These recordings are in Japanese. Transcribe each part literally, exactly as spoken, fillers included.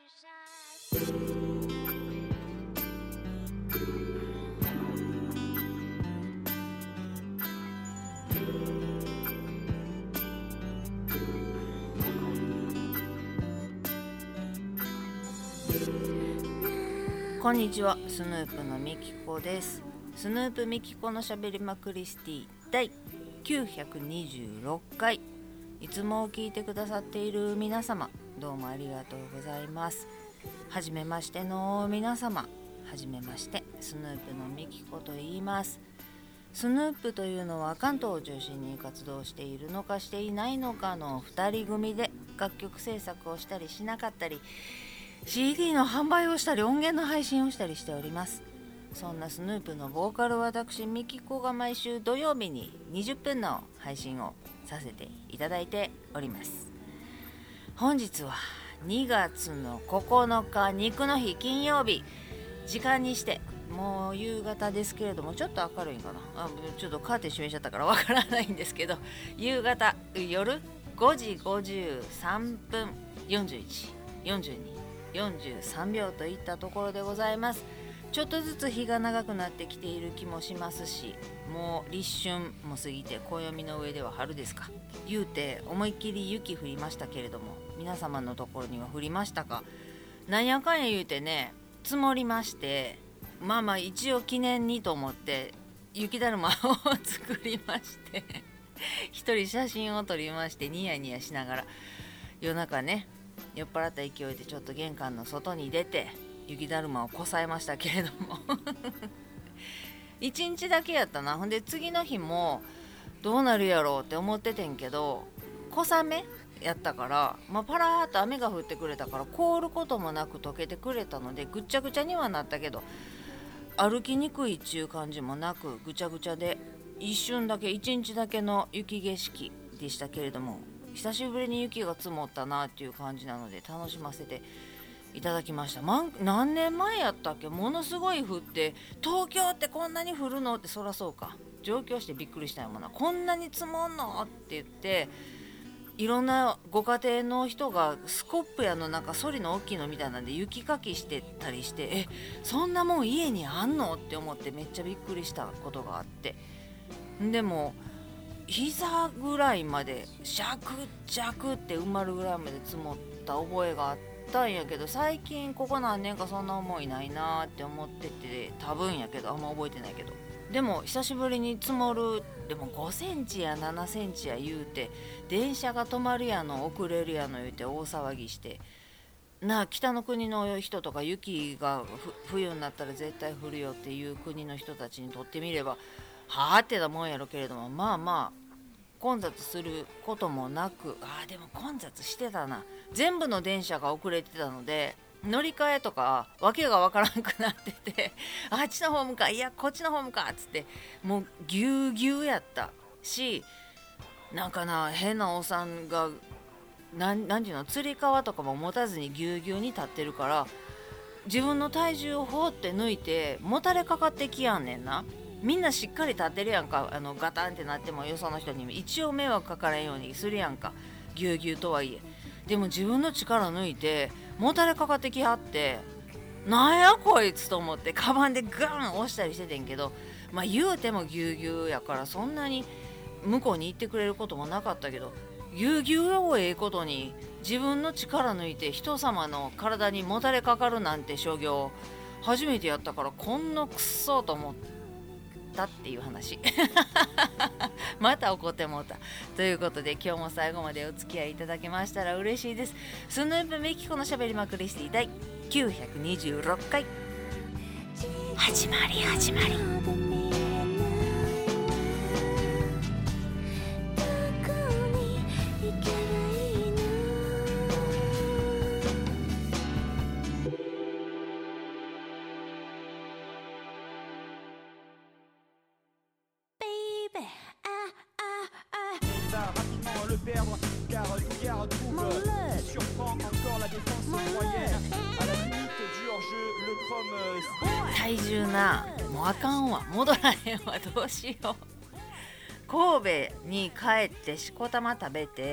こんにちは、スヌープのみきこです。スヌープみきこのしゃべりまクリスティ第きゅうひゃくにじゅうろっかい。いつも聞いてくださっている皆様、どうもありがとうございます。はじめましての皆様、はじめまして、スヌープのみきこと言います。スヌープというのは関東を中心に活動しているのかしていないのかのふたり組で楽曲制作をしたりしなかったり、シーディー の販売をしたり音源の配信をしたりしております。そんなスヌープのボーカル私みきこが毎週土曜日ににじゅっぷんの配信をさせていただいております。本日はにがつのここのか肉の日金曜日、時間にしてもう夕方ですけれども、ちょっと明るいんかな、あちょっとカーテン閉めちゃったからわからないんですけど、夕方夜ごじごじゅうさんぷんよんじゅういち、よんじゅうに、よんじゅうさんびょうといったところでございます。ちょっとずつ日が長くなってきている気もしますし、もう立春も過ぎて暦の上では春ですか。言うて思いっきり雪降りましたけれども、皆様のところには降りましたか。なんやかんや言うてね、積もりまして、まあまあ一応記念にと思って雪だるまを作りまして一人写真を撮りまして、ニヤニヤしながら夜中ね、酔っ払った勢いでちょっと玄関の外に出て雪だるまをこさえましたけれども一日だけやったな。ほんで次の日もどうなるやろうって思っててんけど、小雨やったから、まあ、パラーっと雨が降ってくれたから凍ることもなく溶けてくれたので、ぐっちゃぐちゃにはなったけど歩きにくいっちゅう感じもなく、ぐちゃぐちゃで一瞬だけ一日だけの雪景色でしたけれども、久しぶりに雪が積もったなっていう感じなので楽しませていただきました。ま、何年前やったっけ、ものすごい降って、東京ってこんなに降るのって、そらそうか、上京してびっくりしたよもんな、こんなに積もんのって言って、いろんなご家庭の人がスコップやのなんかソリの大きいのみたいなんで雪かきしてたりして、えそんなもん家にあんのって思ってめっちゃびっくりしたことがあって、でも膝ぐらいまでシャクシャクって埋まるぐらいまで積もった覚えがあったんやけど、最近ここ何年かそんな思いないなって思ってて、多分やけどあんま覚えてないけど、でも久しぶりに積もる。でもごセンチやななセンチや言うて、電車が止まるやの遅れるやの言うて大騒ぎしてな、北の国の人とか雪が冬になったら絶対降るよっていう国の人たちにとってみればはあってたもんやろけれども、まあまあ混雑することもなく、あでも混雑してたな。全部の電車が遅れてたので、乗り換えとかわけがわからんくなっててあっちのホームか、いやこっちのホームかっつって、もうぎゅうぎゅうやったし、なんかな、変なおっさんがなんなんていうの、つり革とかも持たずにぎゅうぎゅうに立ってるから、自分の体重をほーって抜いてもたれかかってきやんねんな。みんなしっかり立ってるやんか、あのガタンってなってもよその人に一応迷惑かからんようにするやんか、ぎゅうぎゅうとはいえ。でも自分の力抜いてもたれかかってきはって、なんやこいつと思ってカバンでガン押したりしててんけど、まあ言うてもぎゅうぎゅうやからそんなに向こうに行ってくれることもなかったけど、ぎゅうぎゅうをええことに自分の力抜いて人様の体にもたれかかるなんて所業初めてやったから、こんなくっそと思ったっていう話また怒ってもうたということで、今日も最後までお付き合いいただけましたら嬉しいです。スヌープみきこのしゃべりまクリスティ第きゅうひゃくにじゅうろっかい、始まり始まり。体重な、もうあかんわ、戻らへんわ、どうしよう。神戸に帰ってしこたま食べて、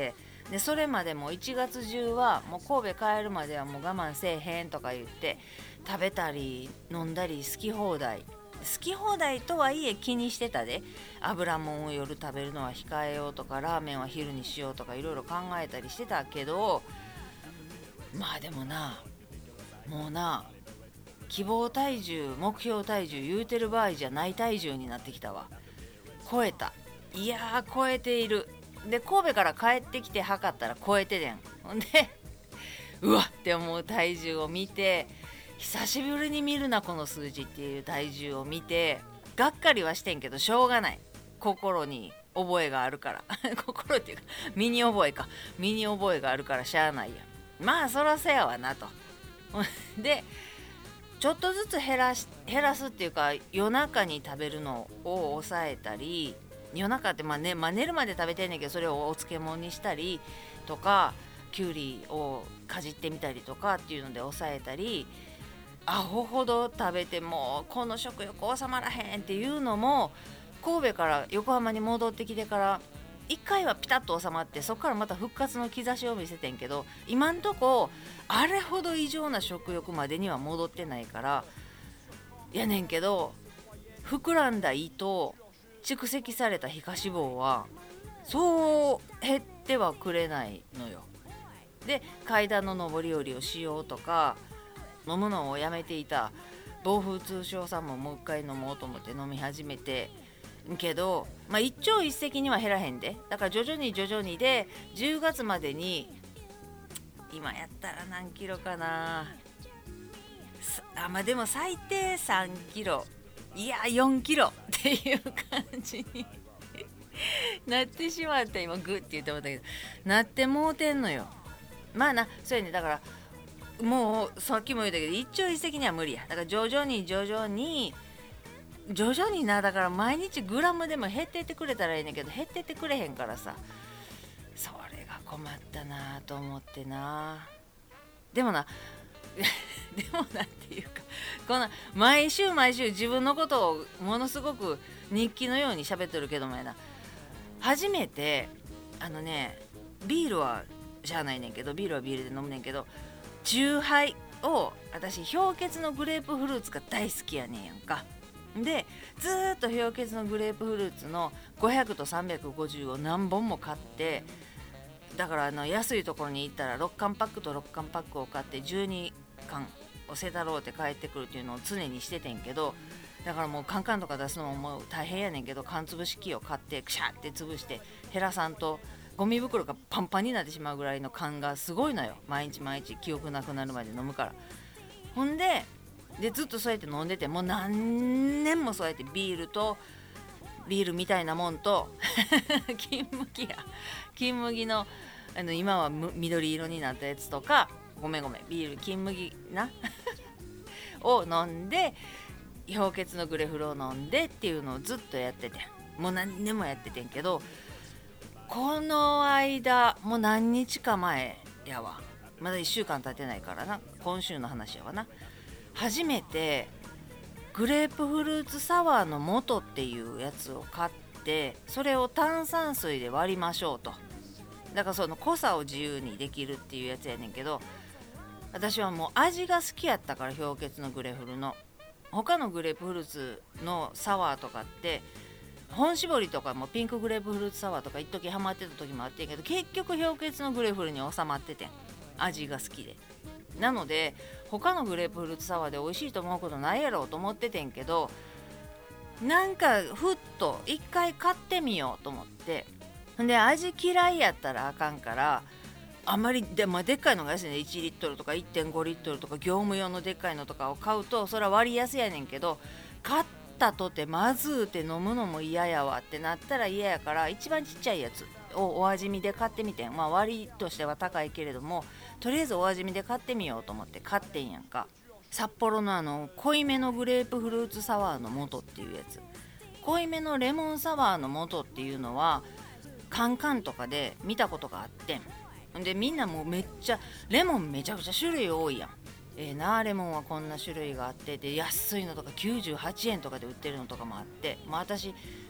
でそれまでもいちがつ中はもう神戸帰るまではもう我慢せえへんとか言って食べたり飲んだり好き放題好き放題とはいえ気にしてたで。油もんを夜食べるのは控えようとかラーメンは昼にしようとかいろいろ考えたりしてたけど、まあでもなもうな希望体重目標体重言うてる場合じゃない体重になってきたわ。超えた。いやー超えている。で神戸から帰ってきて測ったら超えててん。ほんでうわって思う体重を見て、久しぶりに見るなこの数字っていう体重を見てがっかりはしてんけどしょうがない。心に覚えがあるから心っていうか身に覚えか身に覚えがあるからしゃあないや。まあそらせやわなとでちょっとずつ減らし減らすっていうか夜中に食べるのを抑えたり、夜中ってまあ、ねまあ、寝るまで食べてんねんけどそれをお漬物にしたりとかきゅうりをかじってみたりとかっていうので抑えたり、アホほど食べてもこの食欲収まらへんっていうのも神戸から横浜に戻ってきてからいっかいはピタッと収まってそこからまた復活の兆しを見せてんけど、今んとこあれほど異常な食欲までには戻ってないからやねんけど、膨らんだ胃と蓄積された皮下脂肪はそう減ってはくれないのよ。で階段の上り下りをしようとか飲むのをやめていた暴風通商さんももう一回飲もうと思って飲み始めてけど、まあ一朝一夕には減らへんで。だから徐々に徐々にでじゅうがつまでに今やったら何キロかなあ、まあでも最低さんキロいやよんキロっていう感じになってしまって、今グッて言ってもらったけどなってもうてんのよ。まあなそうやね。だからもうさっきも言ったけど一朝一夕には無理や。だから徐々に徐々に徐々にな。だから毎日グラムでも減ってってくれたらいいねんけど減ってってくれへんからさ、それが困ったなと思ってな。でもなでもなっていうかこの毎週毎週自分のことをものすごく日記のように喋ってるけどもやな、初めてあのねビールはしゃあないねんけどビールはビールで飲むねんけど酎ハイを私氷結のグレープフルーツが大好きやねんやんか。でずーっと氷結のグレープフルーツのごひゃくとさんびゃくごじゅうを何本も買って、だからあの安いところに行ったらろっかんパックとろっかんパックを買ってじゅうにかんをせたろうって帰ってくるっていうのを常にしててんけど、だからもうカンカンとか出すのももう大変やねんけど缶潰し器を買ってクシャって潰して減らさんとゴミ袋がパンパンになってしまうぐらいの缶がすごいのよ。毎日毎日記憶なくなるまで飲むから。ほんででずっとそうやって飲んでてもう何年もそうやってビールとビールみたいなもんと金麦や金麦のあの今は緑色になったやつとかごめんごめんビール金麦なを飲んで氷結のグレフルを飲んでっていうのをずっとやっててもう何年もやっててんけど、この間もう何日か前やわ、まだいっしゅうかん経ってないからな、今週の話やわな、初めてグレープフルーツサワーの素っていうやつを買ってそれを炭酸水で割りましょうと。だからその濃さを自由にできるっていうやつやねんけど、私はもう味が好きやったから氷結のグレフルの他のグレープフルーツのサワーとかって本搾りとかもピンクグレープフルーツサワーとか一時ハマってた時もあってんけど結局氷結のグレフルに収まっててん、味が好きで。なので他のグレープフルーツサワーで美味しいと思うことないやろうと思っててんけど、なんかふっと一回買ってみようと思って、で味嫌いやったらあかんからあんまりで、まあ、でっかいのが安いねいちリットルとか いってんごリットルとか業務用のでっかいのとかを買うとそれは割安やねんけど、買ったとてまずうて飲むのも嫌やわってなったら嫌やから一番ちっちゃいやつをお味見で買ってみてん。まあ割としては高いけれどもとりあえずお味見で買ってみようと思って買ってんやんか。札幌のあの濃いめのグレープフルーツサワーの素っていうやつ、濃いめのレモンサワーの素っていうのはカンカンとかで見たことがあってんで、みんなもうめっちゃレモンめちゃくちゃ種類多いやん。えー、なーレモンはこんな種類があってで安いのとかきゅうじゅうはちえんとかで売ってるのとかもあって、まあ、私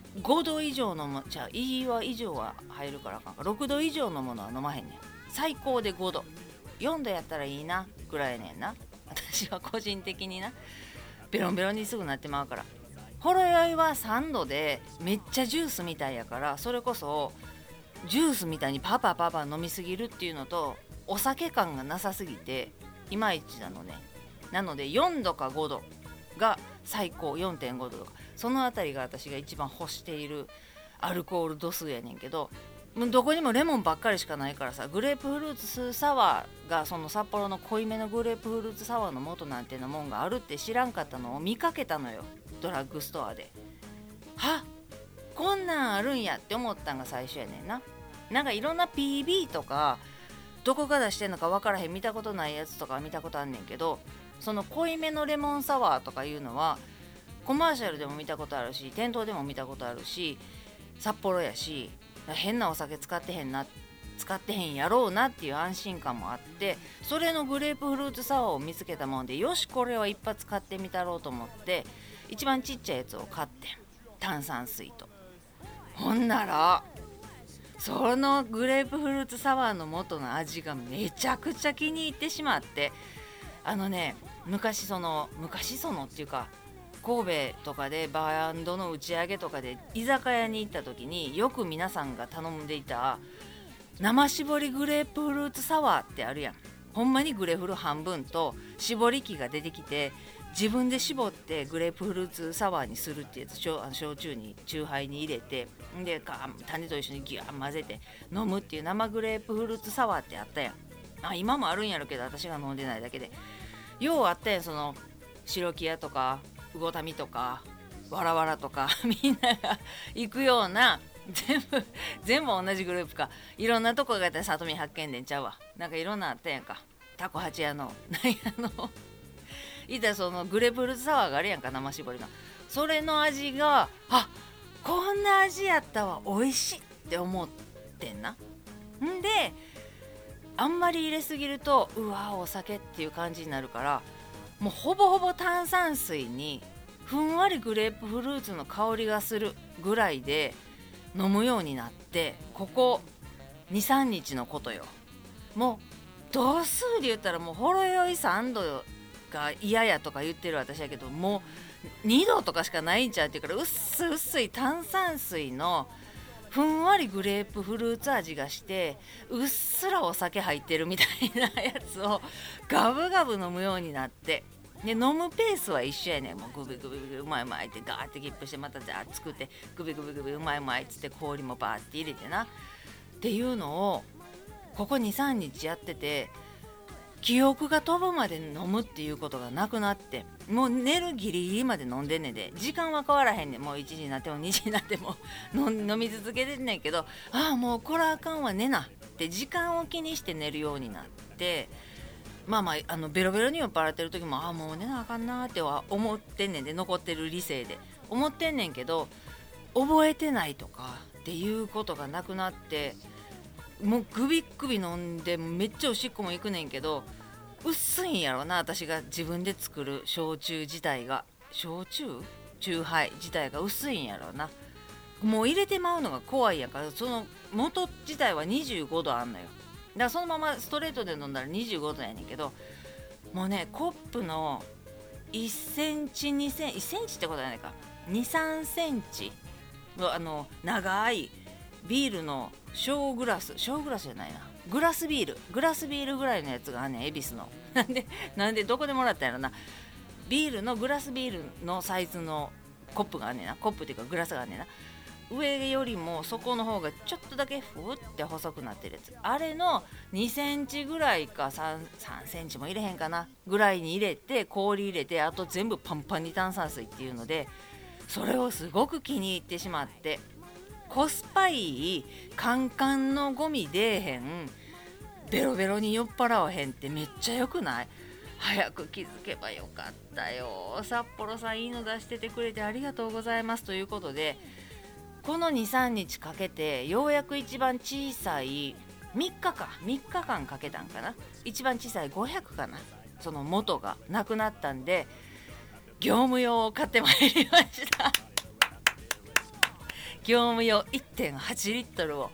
ごど以上のもじゃあいいは以上は入るからあかんかろくど以上のものは飲まへんねん。最高でごど、よんどやったらいいなぐらいやねんな私は個人的にな。ベロンベロンにすぐなってまうから。ほろ酔いはさんどでめっちゃジュースみたいやから、それこそジュースみたいにパパパパ飲みすぎるっていうのとお酒感がなさすぎていまいちなのね。なのでよんどかごどが最高、 よんてんごどとかそのあたりが私が一番欲しているアルコール度数やねんけど、もうどこにもレモンばっかりしかないからさ、グレープフルーツサワーがその札幌の濃いめのグレープフルーツサワーの元なんていうのもんがあるって知らんかったのを見かけたのよ、ドラッグストアで。はこんなんあるんやって思ったんが最初やねんな。なんかいろんな ピービー とかどこが出してんのか分からへん、見たことないやつとか見たことあんねんけど、その濃いめのレモンサワーとかいうのはコマーシャルでも見たことあるし、店頭でも見たことあるし、札幌やし変なお酒使ってへんな使ってへんやろうなっていう安心感もあって、それのグレープフルーツサワーを見つけたもんで、よしこれは一発買ってみたろうと思って一番ちっちゃいやつを買ってん、炭酸水と。ほんならそのグレープフルーツサワーの元の味がめちゃくちゃ気に入ってしまって、あのね昔その昔そのっていうか神戸とかでバンドの打ち上げとかで居酒屋に行った時によく皆さんが頼んでいた生搾りグレープフルーツサワーってあるやん。ほんまにグレフル半分と搾り器が出てきて自分で絞ってグレープフルーツサワーにするってやつ、焼酎に酎ハイに入れてで種と一緒にギュー混ぜて飲むっていう生グレープフルーツサワーってあったやん。あ今もあるんやろけど私が飲んでないだけでようあったやん。その白木屋とか魚民とかわらわらとかみんなが行くような全部全部同じグループか、いろんなとこがやったら里見八犬伝ちゃうわ、なんかいろんなあったやんか。タコ八屋のなんやのいたそのグレープフルーツサワーがあるやんか、生搾りの。それの味があこんな味やったわ美味しいって思ってんな。んであんまり入れすぎるとうわお酒っていう感じになるから、もうほぼほぼ炭酸水にふんわりグレープフルーツの香りがするぐらいで飲むようになって、ここ にさんにちのことよ。もう度数で言ったらもうほろ酔いさんどが嫌やとか言ってる私やけど、もうにどとかしかないんちゃうっていうから、うっすうっすい炭酸水のふんわりグレープフルーツ味がしてうっすらお酒入ってるみたいなやつをガブガブ飲むようになって、で飲むペースは一緒やねん。もうグビグビグビうまいうまいってガーってキップしてまたじゃあ作ってグビグビグビうまいうまいっつって氷もバーって入れてなっていうのをここ にさんにちやってて、記憶が飛ぶまで飲むっていうことがなくなって、もう寝るギリギリまで飲んでんねんで、時間は変わらへんねん。もういちじになってもにじになっても飲み続けてんねんけど、ああもうこれあかんわ寝なって時間を気にして寝るようになって、まあまああのベロベロに酔っ払ってる時もああもう寝なあかんなっては思ってんねんで、残ってる理性で思ってんねんけど、覚えてないとかっていうことがなくなって、もうグビッグビ飲んでめっちゃおしっこも行くねんけど、薄いんやろな私が自分で作る焼酎自体が焼酎酎ハイ自体が薄いんやろな。もう入れてまうのが怖いやから、その元自体はにじゅうごどあんのよ。だからそのままストレートで飲んだらにじゅうごどやねんけど、もうねコップのいっセンチにセンチいっセンチってことはないかにさんセンチのあの長いビールの小グラス小グラスじゃないなグラスビールグラスビールぐらいのやつがあんねん、恵比寿のなんでなんでどこでもらったんやろな。ビールのグラスビールのサイズのコップがあんねんな。コップっていうかグラスがあんねんな。上よりも底の方がちょっとだけふって細くなってるやつ、あれのにセンチぐらいか 3, 3センチも入れへんかなぐらいに入れて氷入れて、あと全部パンパンに炭酸水っていうので、それをすごく気に入ってしまって、コスパいいカンカンのゴミ出えへんベロベロに酔っ払わへんってめっちゃ良くない？早く気づけばよかったよ。札幌さんいいの出しててくれてありがとうございますということで、この にさんにちかけてようやく一番小さいみっかかみっかかんかけたんかな、一番小さいごひゃくかな、その元がなくなったんで業務用を買ってまいりました業務用 いってんはち リットルを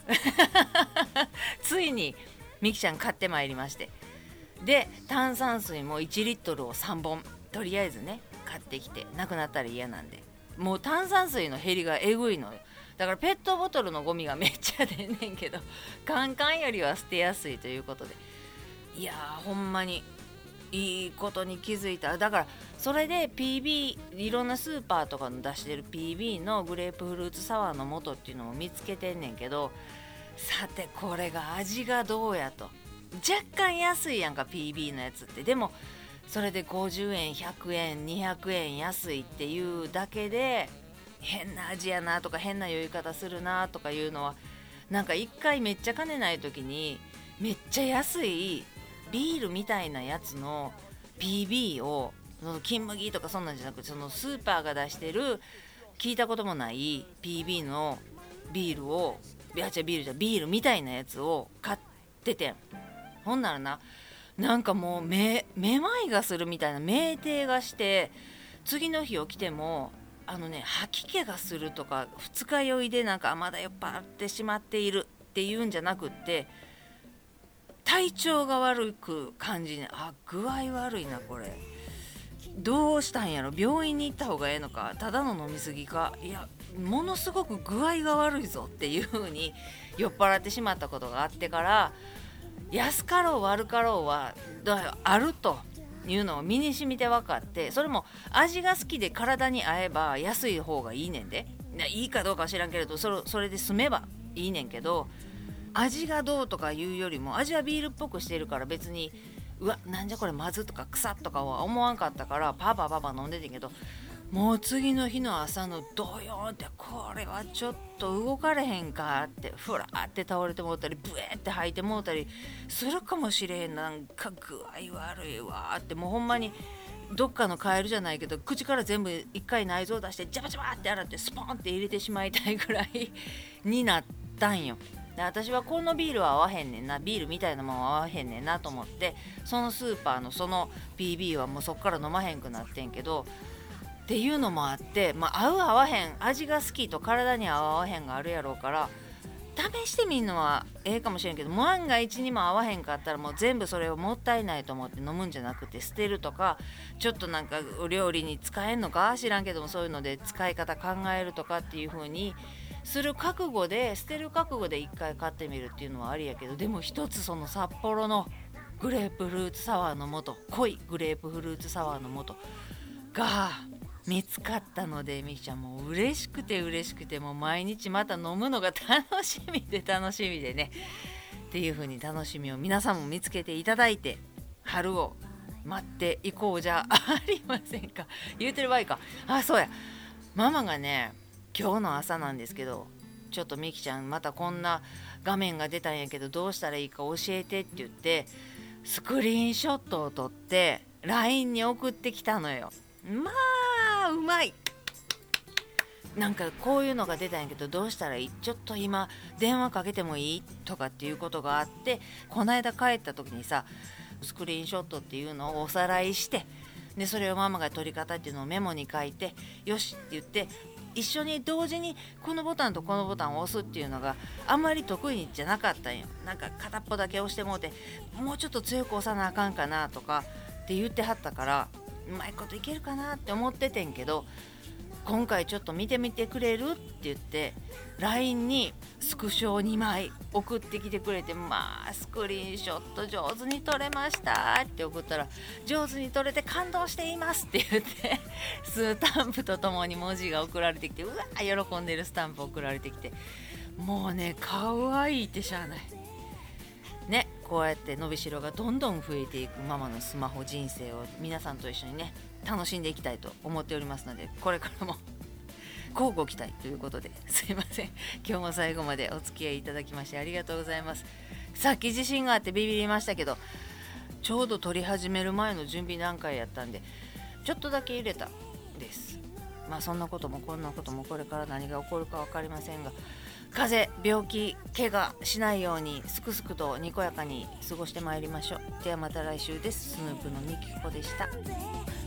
ついにみきちゃん買ってまいりまして、で炭酸水もいちリットルをさんぼんとりあえずね買ってきて、なくなったら嫌なんで、もう炭酸水の減りがえぐいのよ。だからペットボトルのゴミがめっちゃ出んねんけど、カンカンよりは捨てやすいということで、いやーほんまにいいことに気づいた。だからそれで ピービー いろんなスーパーとかの出してる ピービー のグレープフルーツサワーの素っていうのも見つけてんねんけど、さてこれが味がどうやと、若干安いやんか ピービー のやつって。でもそれでごじゅうえんひゃくえんにひゃくえん安いっていうだけで変な味やなとか変な酔い方するなとかいうのは、なんか一回めっちゃ金ない時にめっちゃ安いビールみたいなやつの ピービー を、その金麦とかそんなんじゃなくて、そのスーパーが出してる聞いたこともない ピービー のビールを、いや違うビールじゃビールみたいなやつを買っててん。ほんならな、なんかもうめめまいがするみたいな、酩酊がして、次の日起きてもあのね吐き気がするとか、二日酔いでなんかまだ酔っ払ってしまっているっていうんじゃなくって、体調が悪く感じね。あ、具合悪いなこれ、どうしたんやろ、病院に行った方がええのか、ただの飲み過ぎか、いやものすごく具合が悪いぞっていう風に酔っ払ってしまったことがあってから、安かろう悪かろうはだあるというのを身に染みて分かって、それも味が好きで体に合えば安い方がいいねんで、いいかどうかは知らんけれど、それ、それで済めばいいねんけど、味がどうとかいうよりも、味はビールっぽくしてるから別にうわなんじゃこれまずとか草とかは思わんかったから、パパパパ飲んでてんけど、もう次の日の朝のドヨーンって、これはちょっと動かれへんかって、ふらーって倒れてもうたり、ブエーって吐いてもうたりするかもしれへん、なんか具合悪いわって、もうほんまにどっかのカエルじゃないけど、口から全部一回内臓出してジャバジャバって洗ってスポンって入れてしまいたいぐらいになったんよ。で私はこのビールは合わへんねんな、ビールみたいなもんは合わへんねんなと思って、そのスーパーのその ピービー はもうそっから飲まへんくなってんけど、っていうのもあって、まあ、合う合わへん、味が好きと体に合う合わへんがあるやろうから、試してみるのはええかもしれんけど、万が一にも合わへんかったらもう全部それをもったいないと思って飲むんじゃなくて捨てるとか、ちょっとなんかお料理に使えんのか知らんけども、そういうので使い方考えるとかっていう風にする覚悟で、捨てる覚悟で一回買ってみるっていうのはありやけど、でも一つその札幌のグレープフルーツサワーの素、濃いグレープフルーツサワーの素が見つかったので、みきちゃんもう嬉しくて嬉しくて、もう毎日また飲むのが楽しみで楽しみでねっていう風に、楽しみを皆さんも見つけていただいて、春を待っていこうじゃありませんか。言うてる場合か。あ、そうや、ママがね今日の朝なんですけど、ちょっとみきちゃんまたこんな画面が出たんやけどどうしたらいいか教えてって言って、スクリーンショットを撮って ライン に送ってきたのよ。まあうまい。なんかこういうのが出たんやけどどうしたらいい、ちょっと今電話かけてもいいとかっていうことがあって、この間帰った時にさ、スクリーンショットっていうのをおさらいして、でそれをママが撮り方っていうのをメモに書いて、よしって言って一緒に同時にこのボタンとこのボタンを押すっていうのがあんまり得意じゃなかったんよ。なんか片っぽだけ押してもうて、もうちょっと強く押さなあかんかなとかって言ってはったから、うまいこといけるかなって思っててんけど、今回ちょっと見てみてくれるって言って ライン にスクショをにまい送ってきてくれて、まあスクリーンショット上手に撮れましたって送ったら、上手に撮れて感動していますって言ってスタンプとともに文字が送られてきて、うわー喜んでるスタンプ送られてきて、もうね可愛いってしゃあないね。こうやって伸びしろがどんどん増えていくママのスマホ人生を皆さんと一緒にね楽しんでいきたいと思っておりますので、これからも乞うご期待ということで、すいません今日も最後までお付き合いいただきましてありがとうございます。さっき地震があってビビりましたけど、ちょうど撮り始める前の準備段階やったんでちょっとだけ揺れたです。まあそんなこともこんなこともこれから何が起こるか分かりませんが、風邪病気怪我しないようにすくすくとにこやかに過ごしてまいりましょう。ではまた来週です。スヌープのみきこでした。